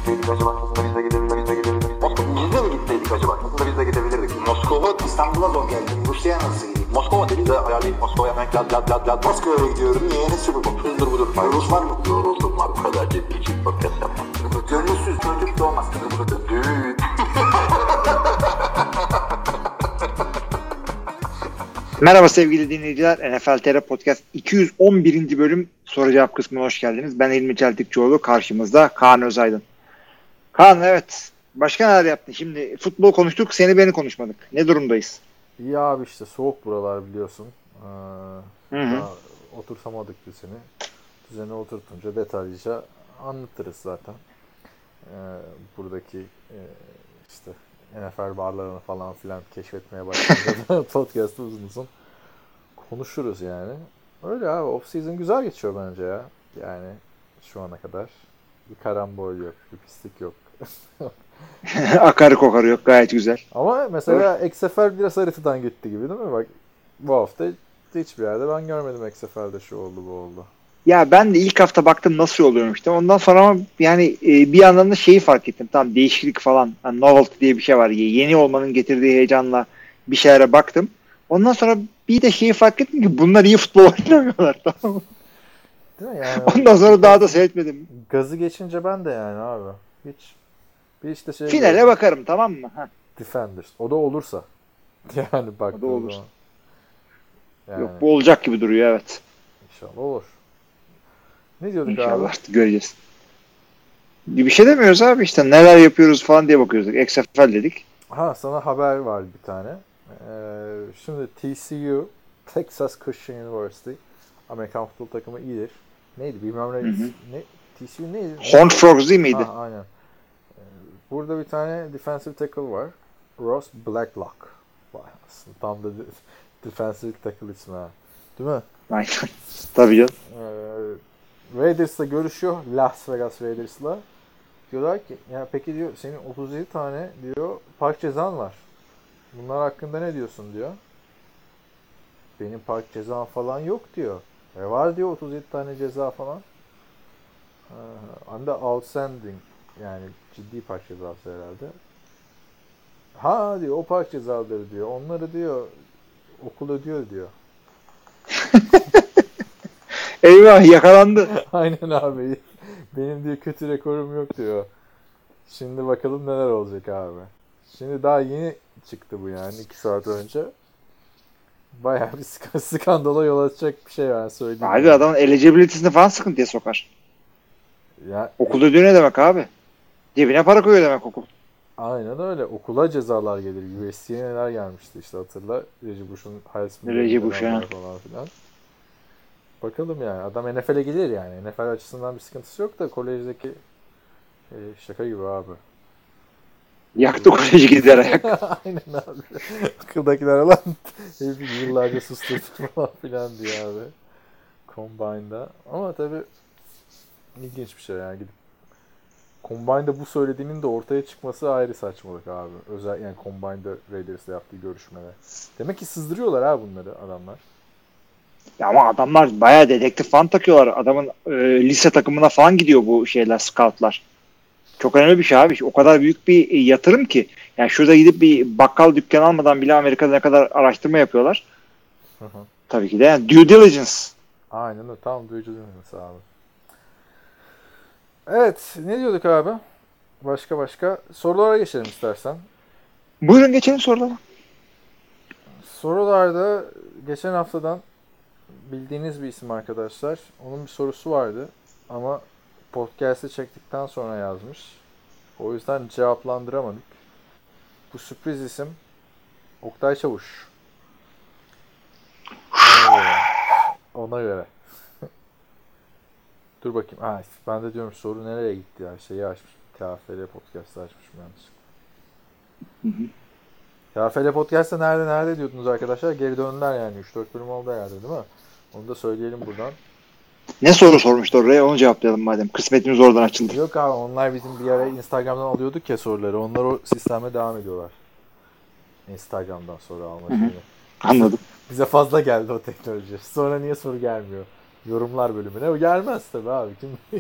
acaba? Aslında biz de gidebilirdik. Biz de mi gitseydik acaba? Aslında biz de gidebilirdik. Moskova, İstanbul'a zor geldim. Rusya'ya nasıl gideyim? Moskova dedi de ayarlayıp Moskova'ya hemen lad. Moskova'ya gidiyorum. Niye? Ne sürü bu? Hızdır budur. Rus var mı? Yoruldum var. Bu kadar ciddi podcast yapmam. Gönülsüz çocuk doğmaz. Düğün. Merhaba sevgili dinleyiciler. NFL TR Podcast 211. bölüm soru cevap kısmına hoş geldiniz. Ben İlmi Çeltikçioğlu. Karşımızda Kaan Özaydın. Kaan, evet. Başka neler yaptın? Şimdi futbol konuştuk. Beni konuşmadık. Ne durumdayız? İyi abi, işte soğuk buralar biliyorsun. Daha oturtamadık düzeni. Düzeni oturtunca detaylıca anlatırız zaten. Buradaki işte NFL barlarını falan filan keşfetmeye başlayınca podcast'ı uzun konuşuruz yani. Öyle abi, off-season güzel geçiyor bence ya. Yani şu ana kadar bir karambol yok, bir pislik yok. Akarı kokarı yok, gayet güzel. Ama mesela XFL biraz haritadan gitti gibi değil mi? Bak, bu hafta hiçbir yerde ben görmedim XFL'de şu oldu bu oldu. Ya ben de ilk hafta baktım nasıl oluyorum işte. Ondan sonra ama yani bir yandan da şeyi fark ettim. Tamam, değişiklik falan. Yani novelty diye bir şey var. Yeni olmanın getirdiği heyecanla bir şeylere baktım. Ondan sonra bir de şeyi fark ettim ki bunlar iyi futbol oynamıyorlar. Tamam mı? Değil mi yani? Ondan sonra daha da seyretmedim. Gazı geçince ben de yani abi. Hiç bir işte şey Finale gördüm. bakarım, tamam mı? Ha. Defenders. O da olursa. Yani baktığın olur. zaman. Yani, Yok, bu olacak gibi duruyor, evet. İnşallah olur. Ne diyorduk İnşallah abi? artık göreceğiz. Bir şey demiyoruz abi, işte neler yapıyoruz falan diye bakıyoruz. XFL dedik. Ha, sana haber var bir tane. Şimdi TCU, Texas Christian University, Amerikan futbol takımı iyidir. Neydi bilmem ne. Ne? TCU neydi? Horned Frogs değil miydi? Ha, aynen. Burada bir tane defensive tackle var. Ross Blacklock. Vay aslında tam da defensive tackle ismi ha. Değil mi? Aynen. Tabii canım. Raiders'la görüşüyor. Las Vegas Raiders'la. Diyorlar ki ya peki diyor, senin 37 tane diyor park cezan var. Bunlar hakkında ne diyorsun diyor. Benim park cezam falan yok diyor. Var diyor 37 tane ceza falan. Anda outstanding, yani ciddi park cezası herhalde. Ha diyor, o park cezaları diyor. Onları diyor okul ödüyor diyor. Eyvah, yakalandı. Aynen abi. Benim diyor kötü rekorum yok diyor. Şimdi bakalım neler olacak abi. Şimdi daha yeni çıktı bu yani 2 saat önce. Bayağı bir skandala yol açacak bir şey yani, söyleyeyim. Abi adamın eligibility'sini falan sıkıntıya sokar. Ya, Okul ödüyor ne demek abi? Cebine para koyuyor demek okul. aynen öyle. Okula cezalar gelir. USC'ye neler gelmişti işte, hatırla. Reggie Bush'un Reggie Bush falan filan. Bakalım yani. Adam NFL'e gelir yani. NFL açısından bir sıkıntısı yok da kolejdeki şaka gibi abi. Yaktı koleji, gider ayak. Aynen abi. Akıldakiler lan hep yıllarca susturdu falan filan diye abi. Combine'da. Ama tabii ilginç bir şey yani. Gidip Combine'da bu söylediğinin de ortaya çıkması ayrı saçmalık abi. Özel yani Combine'da Raiders'la yaptığı görüşmeler. Demek ki sızdırıyorlar ha bunları adamlar. Ya ama adamlar bayağı dedektif falan takıyorlar. Adamın lise takımına falan gidiyor bu şeyler, scoutlar. Çok önemli bir şey abi. O kadar büyük bir yatırım ki. Yani şurada gidip bir bakkal dükkanı almadan bile Amerika'da ne kadar araştırma yapıyorlar. Hı. Tabii ki de yani due diligence. Aynen öyle. Tam duyucu düğmesi abi. Evet. Ne diyorduk abi? Başka. Sorulara geçelim istersen. Buyurun geçelim sorulara. Sorularda geçen haftadan bildiğiniz bir isim arkadaşlar. Onun bir sorusu vardı. Ama podcast'ı çektikten sonra yazmış. O yüzden cevaplandıramadık. Bu sürpriz isim Oktay Çavuş. Ona göre. Dur bakayım. Ben de diyorum soru nereye gitti ya? Şeyi açmış. TFL Podcast'ı açmışım yanlış. TFL Podcast'ta nerede diyordunuz arkadaşlar? Geri döndüler yani. 3-4 bölüm oldu herhalde değil mi? Onu da söyleyelim buradan. Ne soru sormuştu oraya, onu cevaplayalım madem. Kısmetimiz oradan açıldı. Yok abi, onlar bizim bir ara Instagram'dan alıyorduk ya soruları. Onlar o sisteme devam ediyorlar. Instagram'dan soru alma şeyini. Anladım. Bize fazla geldi o teknoloji. Sonra niye soru gelmiyor? Yorumlar bölümüne. O gelmez tabii abi.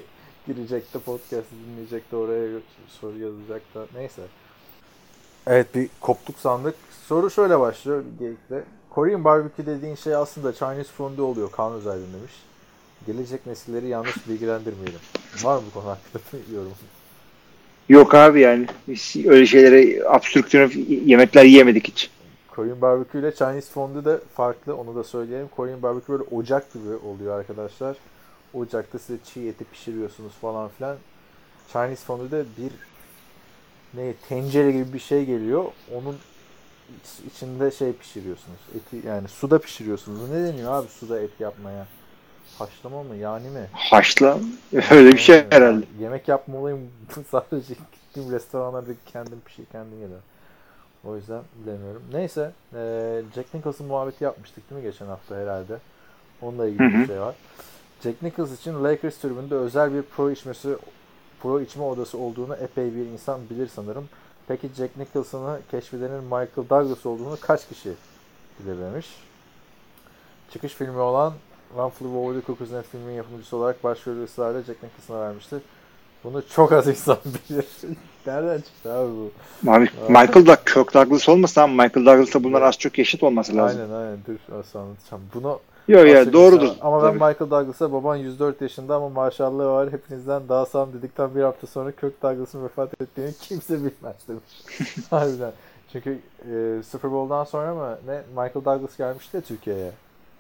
girecek de podcast'ı dinleyecek de oraya soru yazacak da neyse. Evet bir koptuk sandık. Soru şöyle başlıyor genellikle. Korean barbecue dediğin şey aslında Chinese fondue oluyor. Kaan Özaydın demiş. Gelecek nesilleri yanlış bilgilendirmeyelim. Var mı bu konu hakkında bir yorum? Yok abi yani. Biz öyle şeylere abstrüktür yemekler yiyemedik hiç. Korean barbecue ile Chinese fondue de farklı. Onu da söyleyelim. Korean barbecue böyle ocak gibi oluyor arkadaşlar. Ocakta size çiğ eti pişiriyorsunuz falan filan. Chinese fondue'de bir tencere gibi bir şey geliyor. Onun içinde şey pişiriyorsunuz. Eti yani suda pişiriyorsunuz. Ne deniyor abi suda et yapmaya? Haşlama mı? Yani mi? Haşla. Öyle bir şey herhalde. Yemek yapmalıyım. Sadece gittiğim restoranlarda kendim pişir kendim yedim. O yüzden bilemiyorum. Neyse. Jack Nicholson muhabbeti yapmıştık değil mi geçen hafta herhalde? Onunla ilgili bir şey var. Jack Nicholson için Lakers tribünde özel bir pro içme odası olduğunu epey bir insan bilir sanırım. Peki Jack Nicholson'ı keşfedenin Michael Douglas olduğunu kaç kişi bilir demiş. Çıkış filmi olan One Flew Over the Cuckoo's Nest filmin yapımcısı olarak başrolü ısrarla Jack Nicholson'a vermiştir. Bunu çok az insan bilir. Nereden çıktı abi bu? Abi Michael da Kirk Douglas olmasa ama Michael Douglas'la bunlar az çok eşit olması lazım. Aynen. Dur asıl anlatacağım. Bunu Yok doğrudur. Ama ben Michael Douglas'a baban 104 yaşında ama maşallahı var hepinizden daha sağlam dedikten bir hafta sonra Kirk Douglas'ın vefat ettiğini kimse bilmez demiş. Harbiden. Çünkü Super Bowl'dan sonra mı ne Michael Douglas gelmişti ya Türkiye'ye.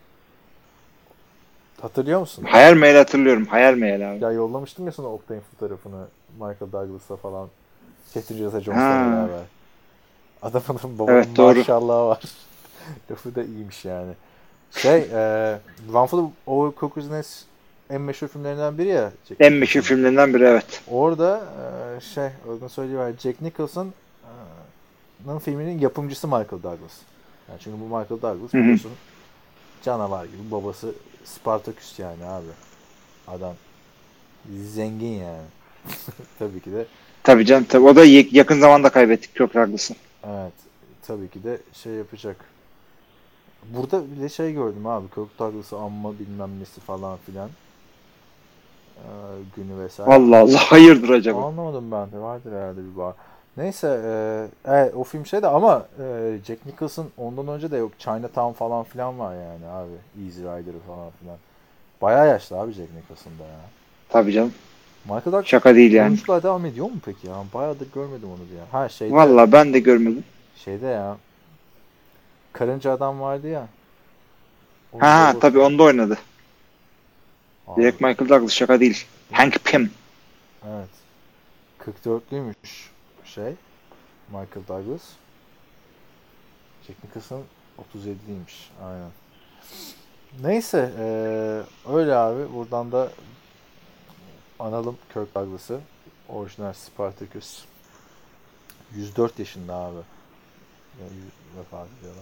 Hatırlıyor musun? Hayal meyil hatırlıyorum. Hayal meyil abi. Ya yollamıştım ya sana Oktay'ın fotoğrafını Michael Douglas'la falan. Catherine Zeta-Jones'la beraber. Adamın babanın evet, doğru. maşallahı var. Lafı da iyiymiş yani. One Flew Over the Cuckoo's Nest en meşhur filmlerinden biri ya. En meşhur filmlerinden biri evet. Orada uygun söyleyiver Jack Nicholson'ın filminin yapımcısı Michael Douglas. Yani çünkü bu Michael Douglas biliyorsun canavar gibi babası Spartaküs yani abi. Adam zengin yani. Tabii ki de. Tabii canım tabii. O da yakın zamanda kaybettik Kirk Douglas'ı. Evet. Tabii ki de yapacak. Burada bile gördüm abi. Kirk Douglas'ı anma bilmem nesi falan filan. Günü vesaire. Allah Allah hayırdır acaba? Anlamadım ben de. Vardır herhalde bir bağ. Neyse. O film ama Jack Nicholson ondan önce de yok. Chinatown falan filan var yani abi. Easy Rider'ı falan filan. Bayağı yaşlı abi Jack Nicholson'da ya. Tabii canım. Michael Douglas şaka değil yani. oyunculuğa devam ediyor mu peki ya? Bayağıdır görmedim onu ya. Vallahi ben de görmedim. Ya. Karınca adam vardı ya. Tabii onda oynadı. Abi. Direkt Michael Douglas şaka değil. Hank Pym. Evet. 44'lüymüş Michael Douglas. Jack Nicholson 37'liymiş. Aynen. Neyse öyle abi. Buradan da analım Kirk Douglas'ı. Orijinal Spartacus. 104 yaşında abi. Yani vefat ediyorlar.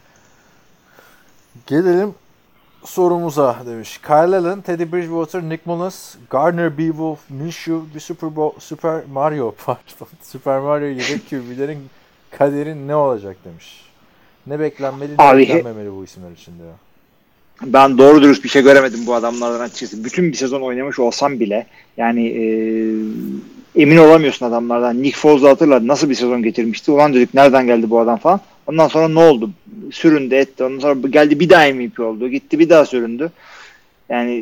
Gelelim sorumuza demiş. Kyle Allen, Teddy Bridgewater, Nick Mullins, Gardner Beowulf, Minshew, bir Super Mario Super Mario yedek QB'lerin kaderi ne olacak demiş. Ne beklenmeli ne beklenmemeli bu isimler için diyor. Ben doğru dürüst bir şey göremedim bu adamlardan açıkçası. Bütün bir sezon oynamış olsam bile yani emin olamıyorsun adamlardan. Nick Foles'u hatırladı. Nasıl bir sezon getirmişti? Ulan dedik nereden geldi bu adam falan. Ondan sonra ne oldu? Süründü etti. Ondan sonra geldi bir daha MVP oldu. Gitti bir daha süründü. Yani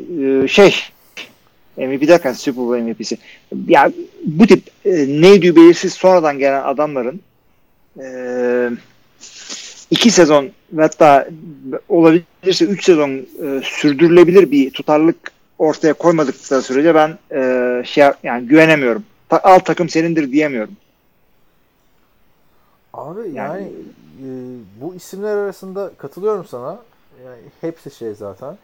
MVP derken Super Bowl MVP'si. Ya bu tip neydi belirsiz sonradan gelen adamların 2 sezon ve hatta olabilirse 3 sezon sürdürülebilir bir tutarlılık ortaya koymadıkları sürece ben yani güvenemiyorum. Alt takım senindir diyemiyorum. Abi yani bu isimler arasında katılıyorum sana. Yani hepsi zaten.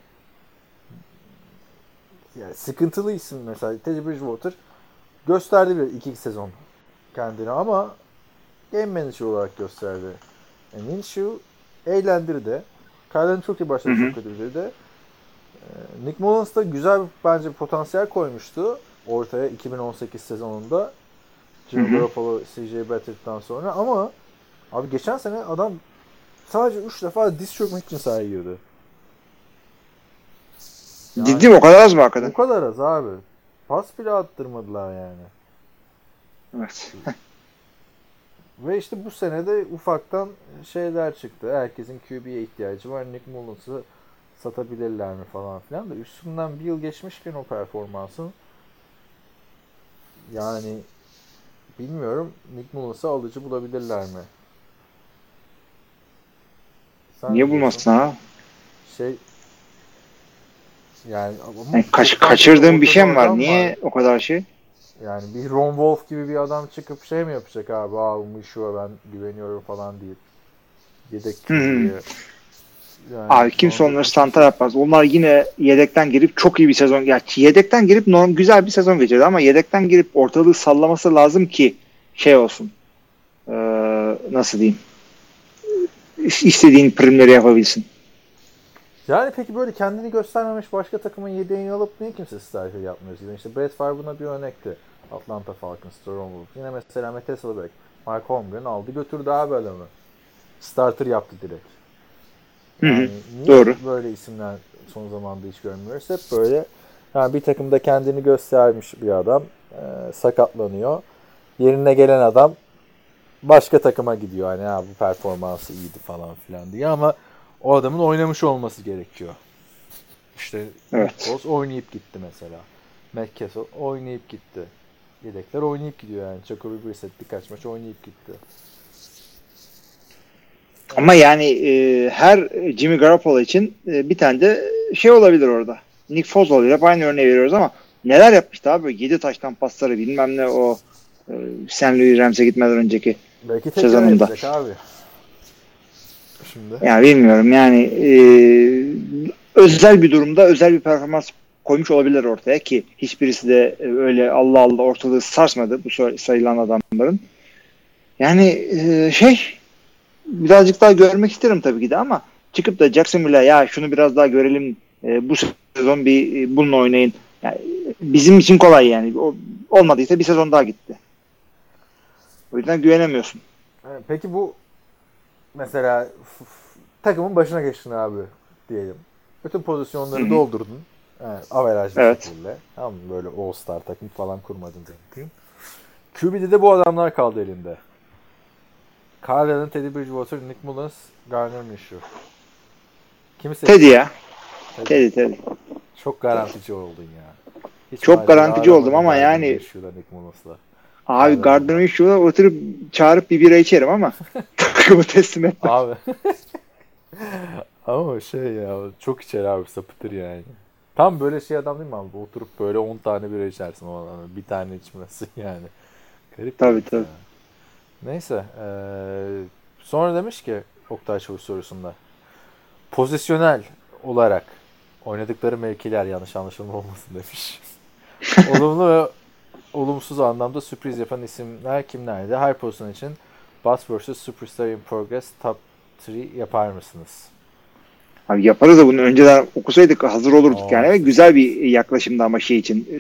Yani sıkıntılı isim mesela Teddy Bridgewater gösterdi bir 2 sezon kendini ama game manager olarak gösterdi. Minshew eğlendirdi. Kyle'ın çok iyi başladı, çok kötü bitirdi. Nick Mullins da güzel bence potansiyel koymuştu ortaya 2018 sezonunda. Jimmy Garoppolo, CJ Beathard'dan sonra ama abi geçen sene adam sadece 3 defa diz çökmek için sahaya girdi. Yani, ciddi mi? O kadar az mı hakikaten? O kadar az abi. Pas bile attırmadılar yani. Evet. Ve işte bu sene de ufaktan şeyler çıktı. Herkesin QB'ye ihtiyacı var. Nick Mullins'ı satabilirler mi falan filan da üstünden bir yıl geçmişken o performansın yani bilmiyorum Nick Mullins'ı alıcı bulabilirler mi? Sen Niye ne diyorsun? bulmasın ha? Şey yani Yani çoktan kaçırdığın bir ortada şey mi var? adam Niye o kadar şey? Yani bir Ron Wolf gibi bir adam çıkıp şey mi yapacak abi? Mişu'a ben güveniyorum falan deyip yedek QB'ye. Yani Abi kimse onları standart yapmaz. Onlar yine yedekten girip çok iyi bir sezon. Gerçi yedekten girip güzel bir sezon geçirdi ama yedekten girip ortalığı sallaması lazım ki şey olsun. Nasıl diyeyim? İstediğin primleri yapabilsin. Yani peki böyle kendini göstermemiş başka takımın yedeğini alıp niye kimse starter yapmıyor? İşte Brett Favre buna bir örnekti. Atlanta Falcons, Ron Wolf. Yine mesela Matt Hasselbeck, Mike Holmgren aldı götürdü abi adamı. Starter yaptı direkt. Yani niye Doğru. böyle isimler son zamanda hiç görmüyoruz? Hep böyle yani bir takımda kendini göstermiş bir adam sakatlanıyor. Yerine gelen adam başka takıma gidiyor. Hani ha bu performansı iyiydi falan filan diye ama o adamın oynamış olması gerekiyor. İşte Evet. Nick Foles oynayıp gitti mesela. Matt Castle oynayıp gitti. Yedekler oynayıp gidiyor yani. Jacoby Brissett birkaç maç oynayıp gitti. Ama yani her Jimmy Garoppolo için bir tane de şey olabilir orada. Nick Foles olabilir. Hep aynı örneği veriyoruz ama neler yapmıştı abi? 7 taştan pasları bilmem ne o St. Louis Rams'e gitmeden önceki Belki tekrar sezonunda. yapacak abi. Şimdi. Yani bilmiyorum yani özel bir durumda özel bir performans koymuş olabilir ortaya ki hiçbirisi de öyle Allah Allah ortalığı sarsmadı bu sayılan adamların. Yani birazcık daha görmek isterim tabii ki de ama çıkıp da Jacksonville'a ya şunu biraz daha görelim bu sezon bir bununla oynayın. Yani bizim için kolay yani. Olmadıysa bir sezon daha gitti. O yüzden güvenemiyorsun. Peki bu mesela takımın başına geçtin abi diyelim. Bütün pozisyonları doldurdun. Evet, averaj bir şekilde. Tamam mı? Böyle All-Star takım falan kurmadın diyelim. QB'de de bu adamlar kaldı elinde. Kyle Allen, Teddy Bridgewater, Nick Mullins, Gardner Minshew. Kimi seçtin? Teddy ya. Teddy. Çok garantici oldun ya. Hiç çok garantici oldum ama yani Nick Mullins'la. abi Gardner Minshew'a oturup çağırıp bir bira içerim ama takımı teslim etmem. Abi. Ama şey ya çok içer abi sapıtır yani. Tam böyle şey adam değil mi abi? Oturup böyle 10 tane bira içersin o adamı. Bir tane içmesi yani. Garip. Tabii. Neyse. Sonra demiş ki Oktay Çavuş sorusunda. Pozisyonel olarak oynadıkları mevkiler yanlış anlaşılma olmasın demiş. Olumlu ve olumsuz anlamda sürpriz yapan isimler kimlerdi? Her pozisyon için Boss vs. Superstar in Progress Top 3 yapar mısınız? Abi yaparız da bunu önceden okusaydık hazır olurduk yani. Ve İşte. güzel bir yaklaşımdı ama şey için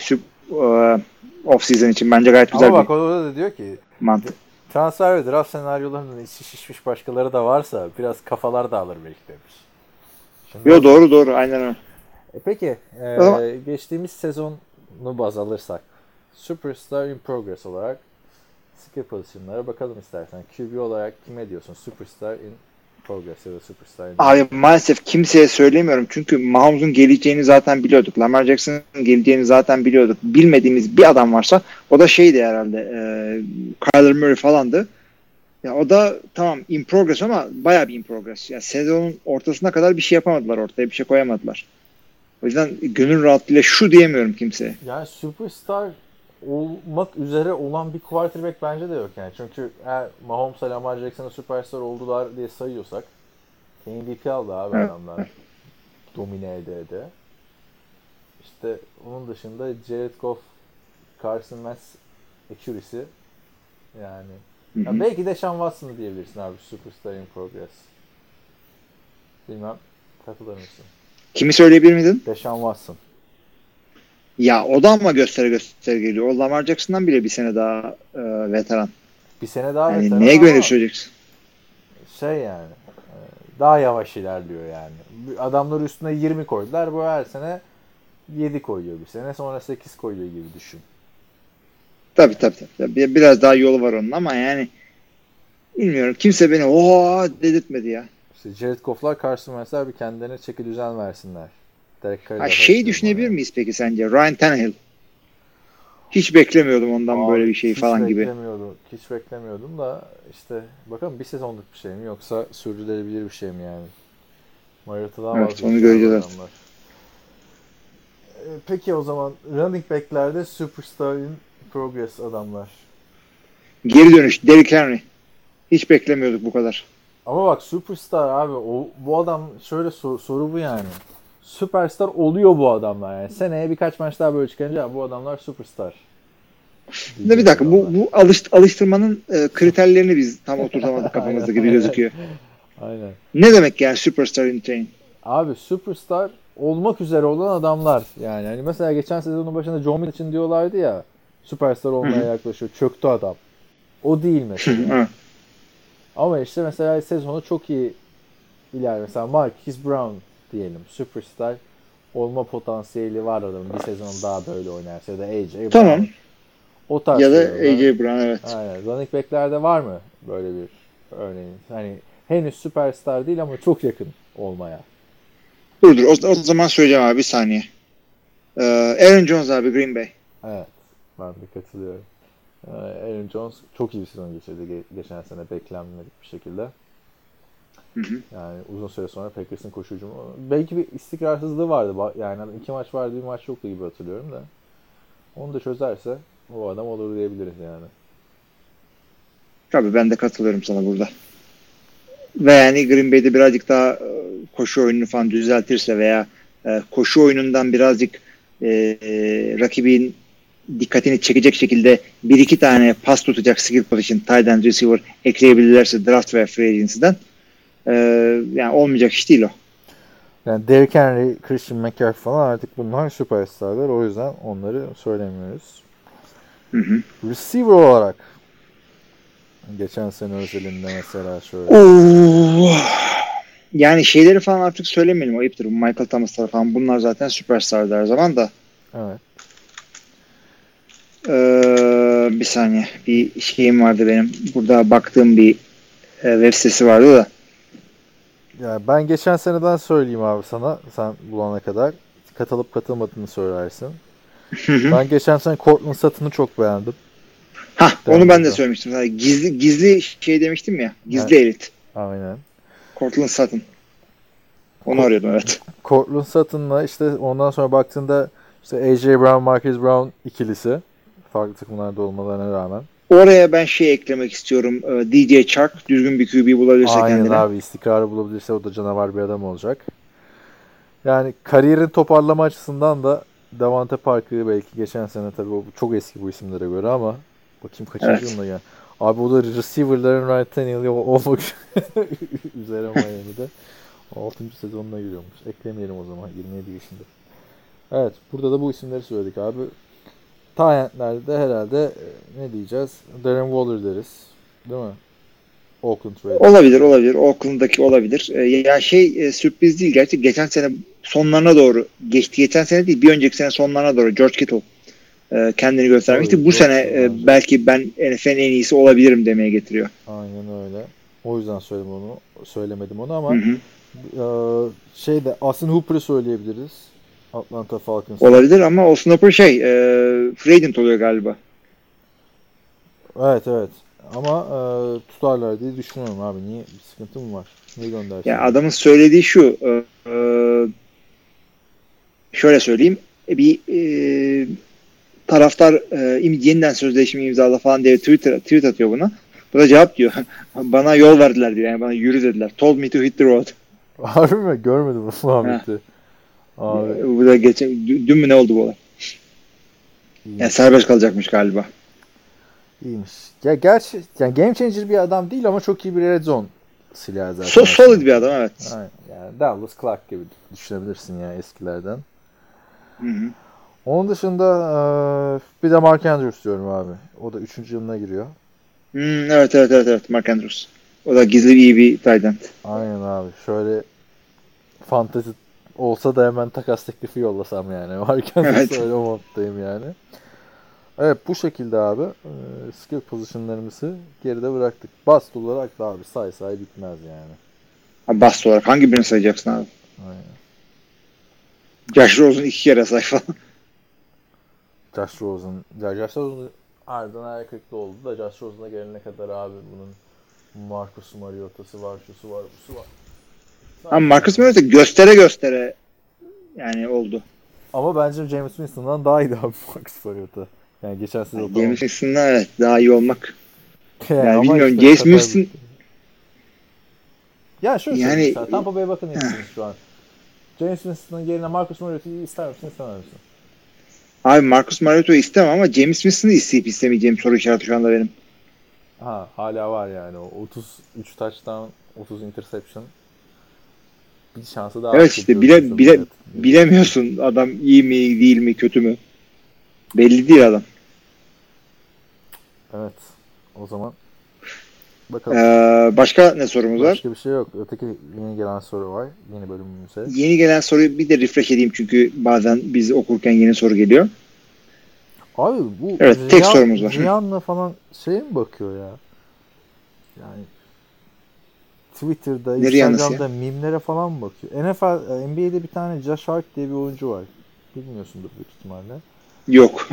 off season için bence gayet güzel ama bak bir orada da diyor ki mantık. transfer ve draft senaryolarının içi şişmiş başkaları da varsa biraz kafalar dağılır belki demiş. Yo doğru aynen öyle. Peki geçtiğimiz sezonu baz alırsak Superstar in Progress olarak skill pozisyonlara bakalım istersen. QB olarak kime diyorsun? Superstar in Progress ya da Superstar in Abi maalesef kimseye söylemiyorum çünkü Mahomes'un geleceğini zaten biliyorduk. Lamar Jackson'ın geleceğini zaten biliyorduk. Bilmediğimiz bir adam varsa o da şeydi herhalde Kyler Murray falandı. Ya o da tamam in progress ama bayağı bir in progress. Yani sezonun ortasına kadar bir şey yapamadılar ortaya. Bir şey koyamadılar. O yüzden gönül rahatlığıyla şu diyemiyorum kimseye. Yani Superstar olmak üzere olan bir quarterback bence de yok yani. Çünkü eğer Mahomes, Lamar Jackson'ın Superstar oldular diye sayıyorsak MVP aldı abi adamlar. Domine ede. İşte onun dışında Jared Goff, Carson Wentz accuracy yani. Ya belki de Sean Watson diyebilirsin abi Superstar in Progress. Bilmem. Katılır mısın? Kimi söyleyebilir miydin? Deshaun Watson. Ya o da ama gösteri geliyor. O Lamar Jackson'dan bile bir sene daha veteran. Bir sene daha yani veteran neye ama güvenip söyleyeceksin? şey yani daha yavaş ilerliyor yani. Adamlar üstüne 20 koydular. Bu her sene 7 koyuyor bir sene, sonra 8 koyuyor gibi düşün. Tabii. Biraz daha yolu var onun ama yani bilmiyorum. Kimse beni dedirtmedi ya. İşte Jared Goff'lar, Carson Wentz'ler bir kendilerine çeki düzen versinler. Derek Carr'ı da Düşünebilir miyiz peki sence? Ryan Tannehill. Hiç beklemiyordum ondan böyle bir şey falan gibi. Hiç beklemiyordum da işte bakalım bir sezonluk bir şey mi yoksa sürdürülebilir bir şey mi yani? Mariota'dan Evet, onu göreceğiz artık. Peki o zaman running back'lerde superstar in progress adamlar. Geri dönüş. Derrick Henry. Hiç beklemiyorduk bu kadar. Ama bak superstar abi, bu adam şöyle soru bu yani. Superstar oluyor bu adamlar yani. Seneye birkaç maç daha böyle çıkınca bu adamlar superstar. Bir dakika bu alıştırmanın kriterlerini biz tam oturtamadık kafamızda gibi gözüküyor. Aynen. Ne demek yani superstar in train? Abi superstar olmak üzere olan adamlar yani. Hani mesela geçen sezonun başında John Mill için diyorlardı ya, superstar olmaya yaklaşıyor. Çöktü adam. O değil mesela. Ama işte mesela sezonu çok iyi mesela Marquise Brown diyelim. Superstar olma potansiyeli var adamın. Bir sezon daha böyle oynarsa ya da AJ Brown. Tamam. O tarz ya da AJ Brown, evet. Aynen. Running back'lerde var mı böyle bir örneğin? Hani henüz süperstar değil ama çok yakın olmaya. Dur. O zaman söyleyeceğim abi, bir saniye. Aaron Jones abi, Green Bay. Evet. Ben de katılıyorum. Aaron Jones çok iyi bir sezon geçirdi geçen sene, beklenmedik bir şekilde. Yani uzun süre sonra Packers'ın koşu hücumu. Belki bir istikrarsızlığı vardı. Yani 2 maç vardı, bir maç yoktu gibi hatırlıyorum da. Onu da çözerse o adam olur diyebiliriz yani. Tabii ben de katılıyorum sana burada. Ve yani Green Bay'de birazcık daha koşu oyununu falan düzeltirse veya koşu oyunundan birazcık rakibin dikkatini çekecek şekilde 1-2 tane pas tutacak skill position, tight end, receiver ekleyebilirlerse draft veya free agency'den yani olmayacak iş değil o. Yani Derrick Henry, Christian McCaffrey falan artık bunlar süperstarlar. O yüzden onları söylemiyoruz. Receiver olarak geçen sene özelinde mesela şöyle. Yani şeyleri falan artık söylemeyelim, ayıptır. Michael Thomas'lar falan, bunlar zaten süperstardı her zaman da. Evet. Bir saniye. Bir şeyim vardı benim. Burada baktığım bir web sitesi vardı da. Ya ben geçen seneden söyleyeyim abi sana. Sen bulana kadar. Katılıp katılmadığını söylersin. Ben geçen sene Courtland Sutton'ı çok beğendim. Onu ben de söylemiştim. Yani gizli şey demiştim ya. Gizli elit. Aynen. Courtland Sutton. Onu arıyordum, evet. Courtland Sutton'la işte ondan sonra baktığında işte AJ Brown, Marquise Brown ikilisi. Farklı takımlarda olmalarına rağmen. Oraya ben şey eklemek istiyorum. DJ Chark düzgün bir QB bulabilirse kendine. Aynen abi, istikrarı bulabilirse o da canavar bir adam olacak. Yani kariyerin toparlama açısından da Davante Parker'ı belki geçen sene, tabii o çok eski bu isimlere göre ama bakayım kaçıncı yılında ya. Abi o da receiver'ların Ryan Tannehill'i olmak üzere Miami'de 6. sezonuna giriyormuş. Eklemeyelim o zaman, 27 yaşında. Evet, burada da bu isimleri söyledik abi. Tight herhalde ne diyeceğiz? Darren Waller deriz. Değil mi? Oakland Raiders. Olabilir. Oakland'daki olabilir. Ya sürpriz değil gerçi. Geçen sene sonlarına doğru geçen sene değil, bir önceki sene sonlarına doğru George Kittle kendini göstermişti. Tabii, bu sene belki ben NFL'in en iyisi olabilirim demeye getiriyor. Aynen öyle. O yüzden söylemedim onu ama Austin Hooper'ı söyleyebiliriz. Atlanta Falcons. Olabilir ama Austin Hooper free agent oluyor galiba. Evet. Ama tutarlar diye düşünüyorum abi. Niye? Bir sıkıntı mı var? Niye göndersin? Ya adamın söylediği şu, şöyle söyleyeyim, bir taraftar yeniden sözleşme imzala falan diye tweet atıyor buna. Bu da cevap diyor. Bana yol verdiler diyor. Yani bana yürü dediler. Told me to hit the road. Harbi mi? Görmedim bu muhabbeti. Abi. Bu da dün mü ne oldu bu olay? Yani serbest kalacakmış galiba. İyiymiş. Ya gerçi yani game changer bir adam değil ama çok iyi bir red zone silahı zaten. Solid bir adam, evet. Aynen. Yani Dallas Clark gibi düşünebilirsin ya eskilerden. Onun dışında bir de Mark Andrews diyorum abi. O da 3. yılına giriyor. Evet. Mark Andrews. O da gizli iyi bir tight end. Aynen abi. Şöyle fantasy Olsa da hemen takas teklifi yollasam yani. Varken Evet. öyle moddayım yani. Evet bu şekilde abi skill pozisyonlarımızı geride bıraktık. Bast olarak da abi say bitmez yani. Ha, bast olarak hangi birini sayacaksın abi? Aynen. Josh Rosen 2 kere say falan. Josh Rosen ardından ayak kırıklığı oldu da Josh Rosen'a gelene kadar abi bunun Marcus Mariota'sı var, şusu var, busu var. Ama Marcus Mariota göstere yani oldu. Ama bence James Winston'dan daha iyiydi abi Marcus Mariota. Yani geçen sezon Yani James Winston'dan evet daha iyi olmak. Yani bilmiyorum işte James Winston ya şöyle yani söyleyeyim sana. Tampa Bay'e bakın iyisiniz şu an. James Winston'ın yerine Marcus Mariota'yı ister misin istemez misin? abi Marcus Mariota'yı istemem ama James Winston'ı isteyip istemeyeceğim soru işareti şu anda benim. Hala var yani. O 33 touchdown, 30 interception. Bir şansı daha. Evet işte bilemiyorsun adam iyi mi değil mi kötü mü. Belli değil adam. Evet. O zaman bakalım. Başka ne sorumuz var? Başka bir şey yok. Öteki yeni gelen soru var. Yeni bölümümüze. Yeni gelen soruyu bir de refresh edeyim çünkü bazen biz okurken yeni soru geliyor. Abi bu evet, tek sorumuz var. Rihanna falan şeye mi bakıyor ya? Yani Twitter'da, Instagram'da mimlere falan mı bakıyor? NBA'de bir tane Josh Hart diye bir oyuncu var. Bilmiyorsundur büyük ihtimalle. Yok.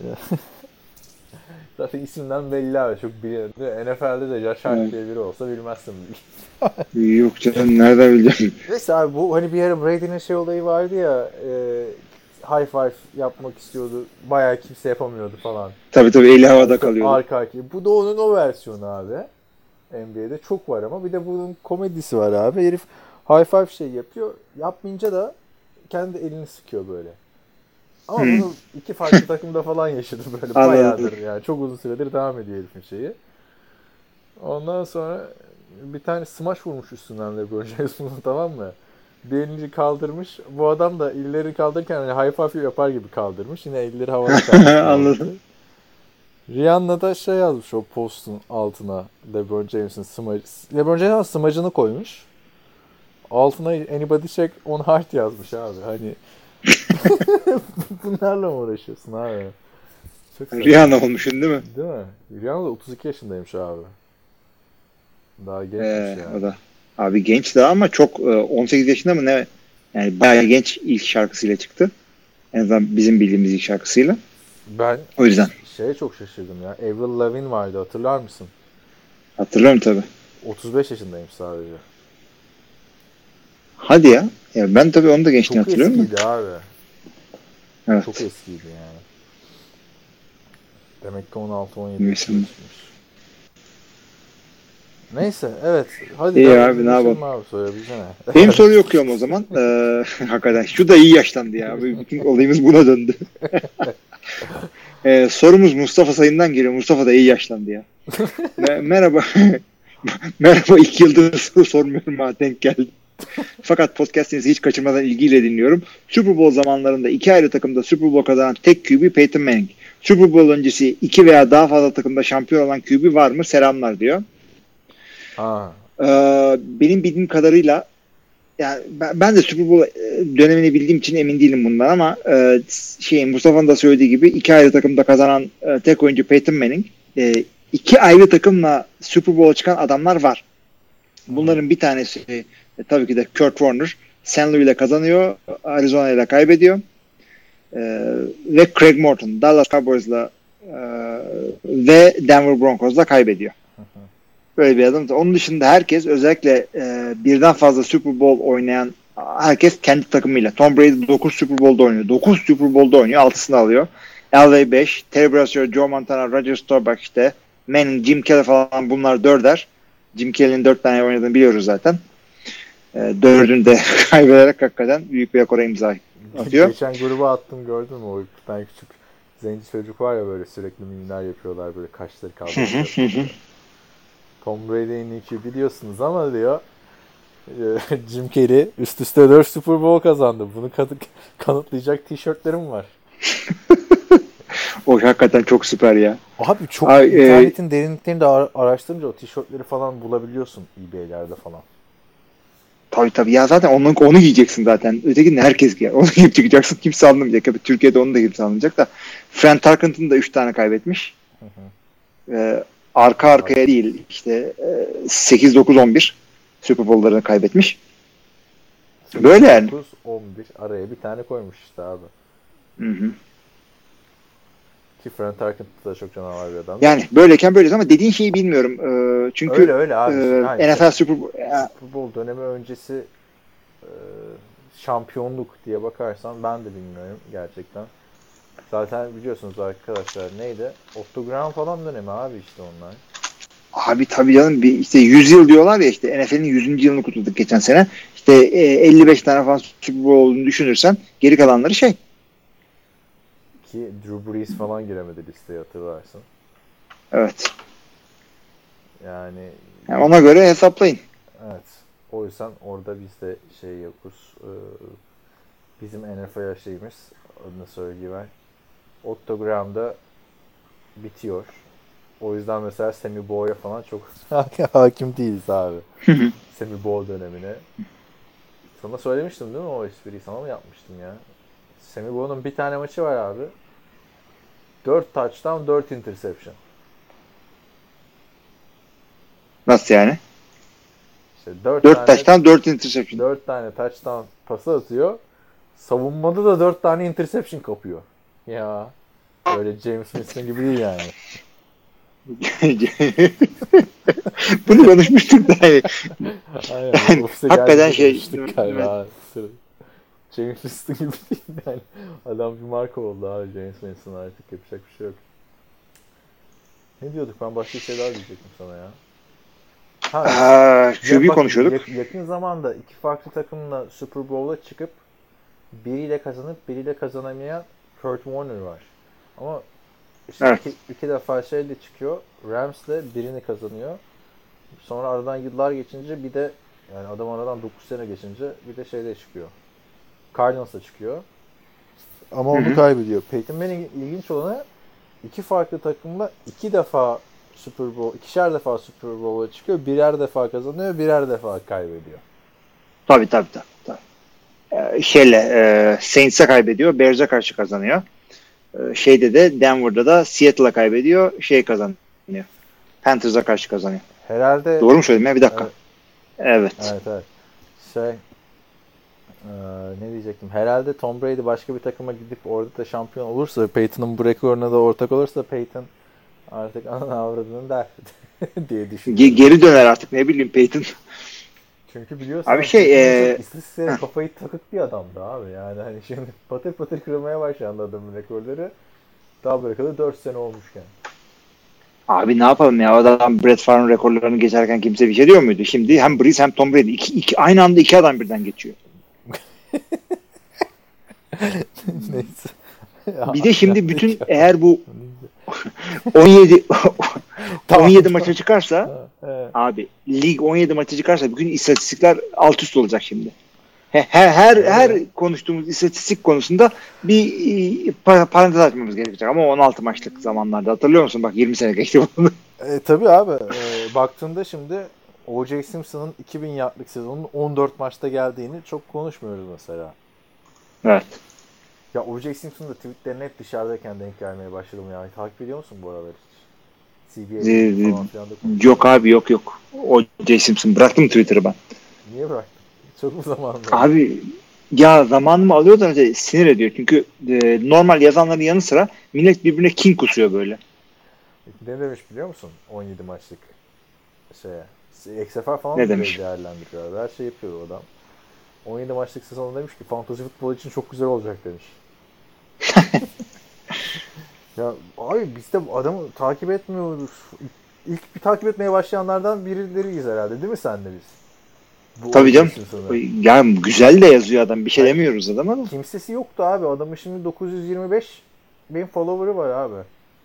Zaten isimden belli abi. Çok biliyorum. NFL'de de Josh Hart diye biri olsa bilmezsin. Yok canım nereden bileceğim. Neyse abi bu hani bir ara Brady'nin şey olayı vardı ya high five yapmak istiyordu. Bayağı kimse yapamıyordu falan. Tabii eli havada kalıyordu. Arka arkaya. Bu da onun o versiyonu abi. NBA'de çok var ama bir de bunun komedisi var abi. Herif high five şey yapıyor. Yapmayınca da kendi elini sıkıyor böyle. Ama bunu iki farklı takımda falan yaşadı böyle. Bayağıdır yani. Çok uzun süredir devam ediyor herifin şeyi. Ondan sonra bir tane smash vurmuş üstünden LeBron James'ın tamam mı? Bir elini kaldırmış. Bu adam da elleri kaldırırken hani high five yapar gibi kaldırmış. Yine elleri havada kalmış. Anladım. Rihanna da şey yazmış o postun altına LeBron James'in smacı. LeBron James'in smacını koymuş. Altına anybody check on heart yazmış abi. Hani bunlarla mı uğraşıyorsun abi? Rihanna olmuşsun değil mi? Değil mi? Rihanna da 32 yaşındaymış abi. Daha gençmiş yani. O da. Abi genç daha ama çok 18 yaşında mı ne? Yani bayağı genç ilk şarkısıyla çıktı. En azından bizim bildiğimiz ilk şarkısıyla. Ben o yüzden şeye çok şaşırdım ya. Avril Lavigne vardı hatırlar mısın? Hatırlıyorum tabii. 35 yaşındaymış sadece. Hadi ya. Ya ben tabii onu da gençliğini hatırlıyorum. Çok eskiydi abi. Evet. Çok eskiydi yani. Demek ki 16-17 yaşında çıkmış. Neyse evet. Hadi İyi abi ne yapalım. Abi, benim soruyu okuyorum o zaman. Hakikaten şu da iyi yaşlandı ya. Bütün olayımız buna döndü. Sorumuz Mustafa Sayın'dan geliyor. Mustafa da iyi yaşlandı ya. Merhaba. Merhaba 2 yıldır soru sormuyorum ha denk geldi. Fakat podcast'inizi hiç kaçırmadan ilgiyle dinliyorum. Super Bowl zamanlarında 2 ayrı takımda Super Bowl kazanan tek QB Peyton Manning. Super Bowl öncesi 2 veya daha fazla takımda şampiyon olan QB var mı? Selamlar diyor. Benim bildiğim kadarıyla yani ben de Super Bowl dönemini bildiğim için emin değilim bundan ama Mustafa'nın da söylediği gibi 2 ayrı takımda kazanan tek oyuncu Peyton Manning. 2 ayrı takımla Super Bowl'a çıkan adamlar var. Bunların bir tanesi tabii ki de Kurt Warner. St. Louis ile kazanıyor. Arizona ile kaybediyor. Ve Craig Morton. Dallas Cowboys'la ve Denver Broncos'la kaybediyor. Böyle bir adam. Onun dışında herkes özellikle birden fazla Super Bowl oynayan herkes kendi takımıyla. Tom Brady 9 Super Bowl'da oynuyor. 9 Super Bowl'da oynuyor. 6'sını alıyor. Elway 5, Terry Bradshaw, Joe Montana, Roger Staubach işte Manning, Jim Kelly falan bunlar 4'er. Jim Kelly'nin 4 tane oynadığını biliyoruz zaten. 4'ünü de kaybederek hakikaten büyük bir rekora imza atıyor. Geçen gruba attım gördün mü? O bir tane küçük zenci çocuk var ya böyle sürekli mimler yapıyorlar böyle kaşları kaldırıyor. Tom Brady'nin iki biliyorsunuz ama diyor Jim Kelly üst üste 4 Super Bowl kazandı. Bunu kanıtlayacak tişörtlerim var. O hakikaten çok süper ya. Abi çok internetin derinliklerini de araştırınca o tişörtleri falan bulabiliyorsun eBay'lerde falan. Tabii ya zaten onu giyeceksin zaten. Ötekini herkes giyer. Onu giyip çıkacaksın. Kimse anlamayacak. Tabii Türkiye'de onu da kimse anlamayacak da. Frank Tarkenton da 3 tane kaybetmiş. Arka arkaya değil. İşte 8-9-11 Super Bowl'larını kaybetmiş. Böyle yani. 9-11 araya bir tane koymuş işte abi. Hı. Ki Frank Tarkenton da çok canavar bir adam. Yani böyleyken böyleyiz ama dediğin şeyi bilmiyorum. Çünkü öyle abi. NFL Super Bowl dönemi öncesi şampiyonluk diye bakarsan ben de bilmiyorum gerçekten. Zaten biliyorsunuz arkadaşlar neydi? Octagon falan dönemi abi işte onlar. Abi tabii canım işte 100 yıl diyorlar ya işte NFL'in 100. yılını kutladık geçen sene. İşte 55 tane falan Super Bowl olduğunu düşünürsen geri kalanları şey. Ki Drew Brees falan giremedi listeye hatırlarsın. Evet. Yani ona göre hesaplayın. Evet. O yüzden orada biz de şey yapıyoruz. Bizim NFL şeyimiz adını söyleyiver. Octogram'da bitiyor. O yüzden mesela Sammy Bow'ya falan çok hakim değiliz abi. Sammy Bow dönemine. Sana söylemiştim değil mi o espriyi? Sana mı yapmıştım ya? Sammy Bow'un bir tane maçı var abi. 4 touchdown, 4 interception. Nasıl yani? İşte 4 touchdown, 4 interception. 4 tane touchdown pası atıyor. Savunmada da 4 tane interception kapıyor. Ya öyle James Winston gibi değil yani. Bunu konuşmuştuk da. Aynen. Hakikaten şey. James Winston gibi değil yani. Adam bir marka oldu abi James Winston artık yapacak bir şey yok. Ne diyorduk? Ben başka şeyler diyecektim sana ya. QB konuşuyorduk. Yakın zamanda iki farklı takımla Super Bowl'a çıkıp biriyle kazanıp biriyle kazanamayan Kurt Warner var. Ama işte evet. iki defa şeyle çıkıyor. Rams'le birini kazanıyor. Sonra aradan yıllar geçince bir de yani adam aradan 9 sene geçince bir de şeyde çıkıyor. Cardinals'la çıkıyor. Ama onu kaybediyor. Peyton Manning ilginç olanı iki farklı takımla iki defa Super Bowl, ikişer defa Super Bowl'a çıkıyor. Birer defa kazanıyor, birer defa kaybediyor. Tabii. Saints'e kaybediyor, Bears'e karşı kazanıyor. Şeyde de Denver'da da Seattle'a kaybediyor, kazanıyor. Panthers'a karşı kazanıyor. Herhalde. Doğru mu söyledim ya? Bir dakika. Evet. Ne diyecektim? Herhalde Tom Brady başka bir takıma gidip orada da şampiyon olursa, Peyton'un bu rekoruna da ortak olursa Peyton artık ananı avradını der diye düşünüyorum. Geri döner artık ne bileyim Peyton. Çünkü biliyorsun abi istatistiklere kafayı takık bir adamdı abi. Yani hani şimdi patır patır kırmaya başlandı adamın rekorları. Daha bırakalı 4 sene olmuşken. Abi ne yapalım ya, adam Brett Favre'ın rekorlarını geçerken kimse bir şey diyor muydu? Şimdi hem Brees hem Tom Brady aynı anda iki adam birden geçiyor. Neyse. Bir de şimdi bütün eğer bu 17 maça çıkarsa abi lig 17 maça çıkarsa bütün istatistikler alt üst olacak şimdi. Her konuştuğumuz istatistik konusunda bir parantez açmamız gerekecek ama 16 maçlık zamanlarda hatırlıyor musun? Bak 20 sene geçti bunu. Tabii abi. Baktığında şimdi O.J. Simpson'ın 2000 yardlık sezonun 14 maçta geldiğini çok konuşmuyoruz mesela. Evet. Ya O.J. Simpson'ın da tweetlerine hep dışarıdayken denk gelmeye başladım yani. Takip ediyor musun bu aralar hiç? CBA'de falan filan da konuşuyor. Yok abi yok. O.J. Simpson bıraktım Twitter'ı ben. Niye bıraktın? Çok mu zamanında? Abi ya zamanımı alıyor da sinir ediyor. Çünkü normal yazanların yanı sıra millet birbirine king kusuyor böyle. Ne demiş biliyor musun? 17 maçlık XFR falan ne demiş? Değerlendiriyor. Her şey yapıyor o adam. 17 maçlık sezonu demiş ki fantasy futbol için çok güzel olacak demiş. Ya abi biz de adamı takip etmiyoruz. İlk bir takip etmeye başlayanlardan birileriyiz herhalde değil mi sen de biz? Tabii canım. Ya güzel de yazıyor adam. Bir şey demiyoruz adama. Kimsesi yoktu abi. Adamın şimdi 925.000 follower'ı var abi.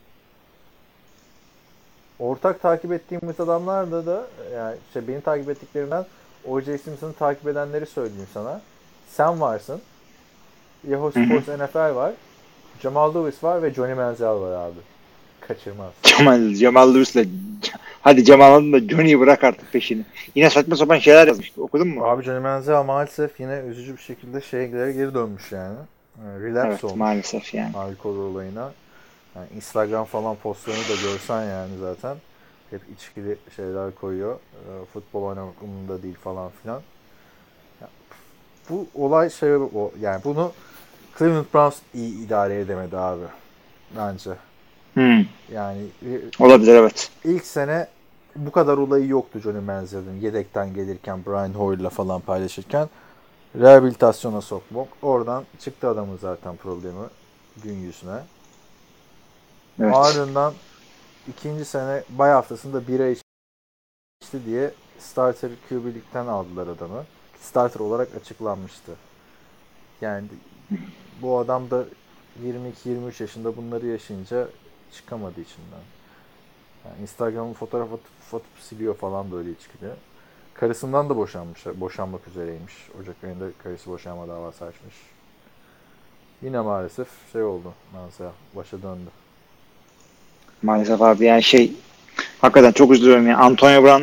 Ortak takip ettiğimiz adamlar da yani benim takip ettiklerimden O.J. Simpson'ı takip edenleri söyleyeyim sana. Sen varsın. Yahoo Sports NFL var. Jamal Lewis var ve Johnny Manziel var abi. Kaçırmaz. Jamal Lewis'le Hadi Cem anladın da Johnny'yi bırak artık peşini. Yine saçma sapan şeyler yazmıştı. Okudun mu? Abi Johnny Manziel maalesef yine üzücü bir şekilde şeylere geri dönmüş yani. Relapse Evet olmuş. maalesef yani. Alkol olayına. Yani Instagram falan postlarını da görsen yani zaten. Hep içkili şeyler koyuyor. Futbol oynamak umurunda değil falan filan. Ya, bu olay yani bunu Cleveland Browns iyi idare edemedi abi. Bence. Yani Olabilir evet. ilk sene bu kadar olayı yoktu Johnny Manziel'in. Yedekten gelirken Brian Hoyer'la falan paylaşırken rehabilitasyona sokmak. Oradan çıktı adamın zaten problemi gün yüzüne. Evet. Ardından ikinci sene bay haftasında bira içti diye starter QB'likten aldılar adamı. Starter olarak açıklanmıştı. Yani bu adam da 22-23 yaşında bunları yaşayınca çıkamadı içinden. Yani Instagram'ın fotoğraf atıp siliyor falan böyle içkili. Karısından da boşanmak üzereymiş. Ocak ayında karısı boşanma davası açmış. Yine maalesef oldu. Manziel başa döndü. Maalesef abi yani hakikaten çok üzülüyorum ya. Antonio Brown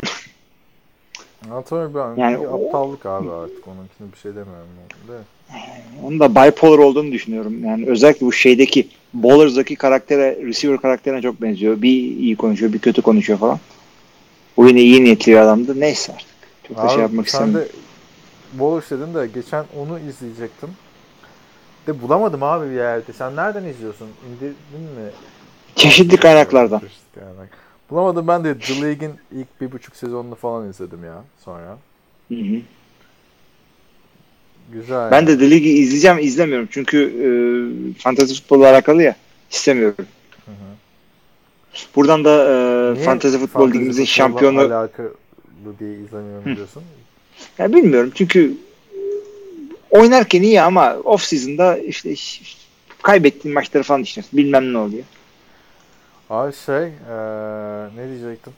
Yani bir aptallık abi artık. Onunkine bir şey demiyorum. De. Onun da bipolar olduğunu düşünüyorum. Yani özellikle bu Ballers'daki receiver karakterine çok benziyor. Bir iyi konuşuyor, bir kötü konuşuyor falan. O yine iyi niyetli bir adamdı. Neyse artık. Çok da yapmak istemiyorum. Sen de Ballers dedin de geçen onu izleyecektim. De bulamadım abi bir yerde. Sen nereden izliyorsun? İndirdin mi? Çeşitli kaynaklardan. Bulamadım. Ben de The League'in ilk 1,5 sezonunu falan izledim ya sonra. Hı. Güzel. Ben de The League'i izlemiyorum. Çünkü fantasy futbolla alakalı ya. İstemiyorum. Hı. Buradan da fantasy futbol ligimizin şampiyonu alakalı diye izlemiyorum diyorsun. Ya bilmiyorum. Çünkü oynarken iyi ama off season'da işte kaybettiğin maçları falan düşünüyorsun. Bilmem ne oluyor. Abi ne diyecektim?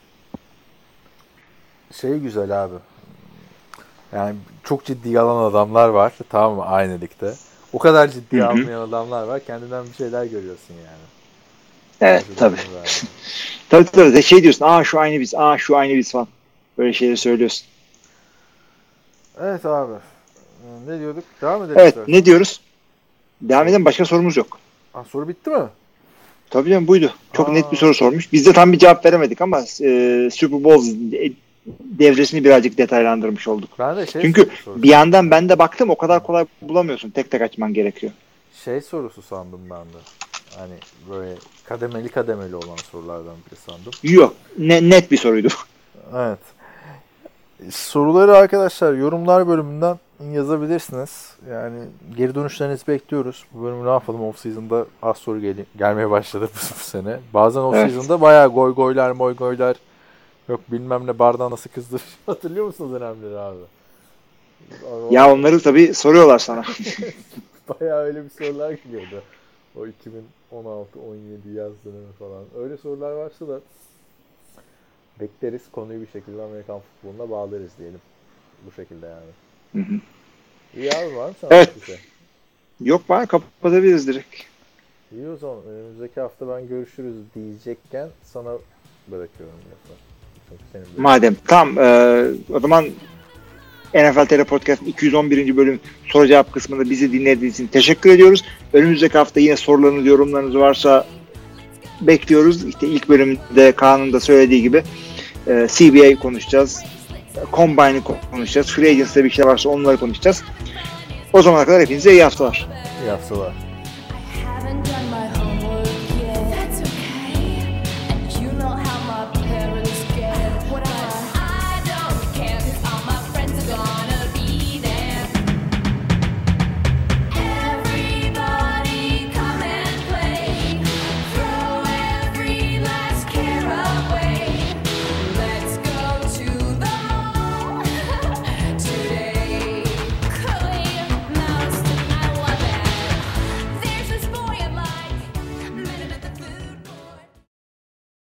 Güzel abi. Yani çok ciddi alan adamlar var. Tamam mı? Aynı ligde. O kadar ciddi almayan adamlar var. Kendinden bir şeyler görüyorsun yani. Evet tabii. tabii. Diyorsun. Şu aynı biz. Şu aynı biz falan. Böyle şeyleri söylüyorsun. Evet abi. Ne diyorduk? Devam edelim. Evet. Ne diyoruz? Devam edelim. Başka sorumuz yok. Soru bitti mi? Tabii canım buydu. Çok net bir soru sormuş. Biz de tam bir cevap veremedik ama Super Bowl devresini birazcık detaylandırmış olduk. Ben de Çünkü bir yandan ben de baktım o kadar kolay bulamıyorsun. Tek tek açman gerekiyor. Sorusu sandım ben de. Hani böyle kademeli olan sorulardan biri sandım. Yok. Net bir soruydu. Evet. Soruları arkadaşlar yorumlar bölümünden yazabilirsiniz. Yani geri dönüşlerinizi bekliyoruz. Bu bölümü ne yapalım? Off-season'da az soru gelmeye başladı bu sene. Bazen off-season'da bayağı goylar. Yok bilmem ne bardağı nasıl kızdır. Hatırlıyor musunuz önemlileri abi? Ya onları tabii soruyorlar sana. Bayağı öyle bir sorular geliyordu. O 2016-17 yaz dönemi falan. Öyle sorular varsa da bekleriz. Konuyu bir şekilde Amerikan futboluna bağlarız diyelim. Bu şekilde yani. Hı. İyi abi var mı sana bir şey? Yok var kapatabiliriz direkt. İyi o zaman. Önümüzdeki hafta ben görüşürüz diyecekken sana bırakıyorum. Madem. Tamam. O zaman NFL TR Podcast 211. bölüm soru cevap kısmında bizi dinlediğiniz için teşekkür ediyoruz. Önümüzdeki hafta yine sorularınız, yorumlarınız varsa bekliyoruz. İşte ilk bölümde Kaan'ın da söylediği gibi CBA konuşacağız. Combine'ı konuşacağız. Free Agency'de bir şey varsa onları konuşacağız. O zamana kadar hepinize iyi haftalar. İyi haftalar.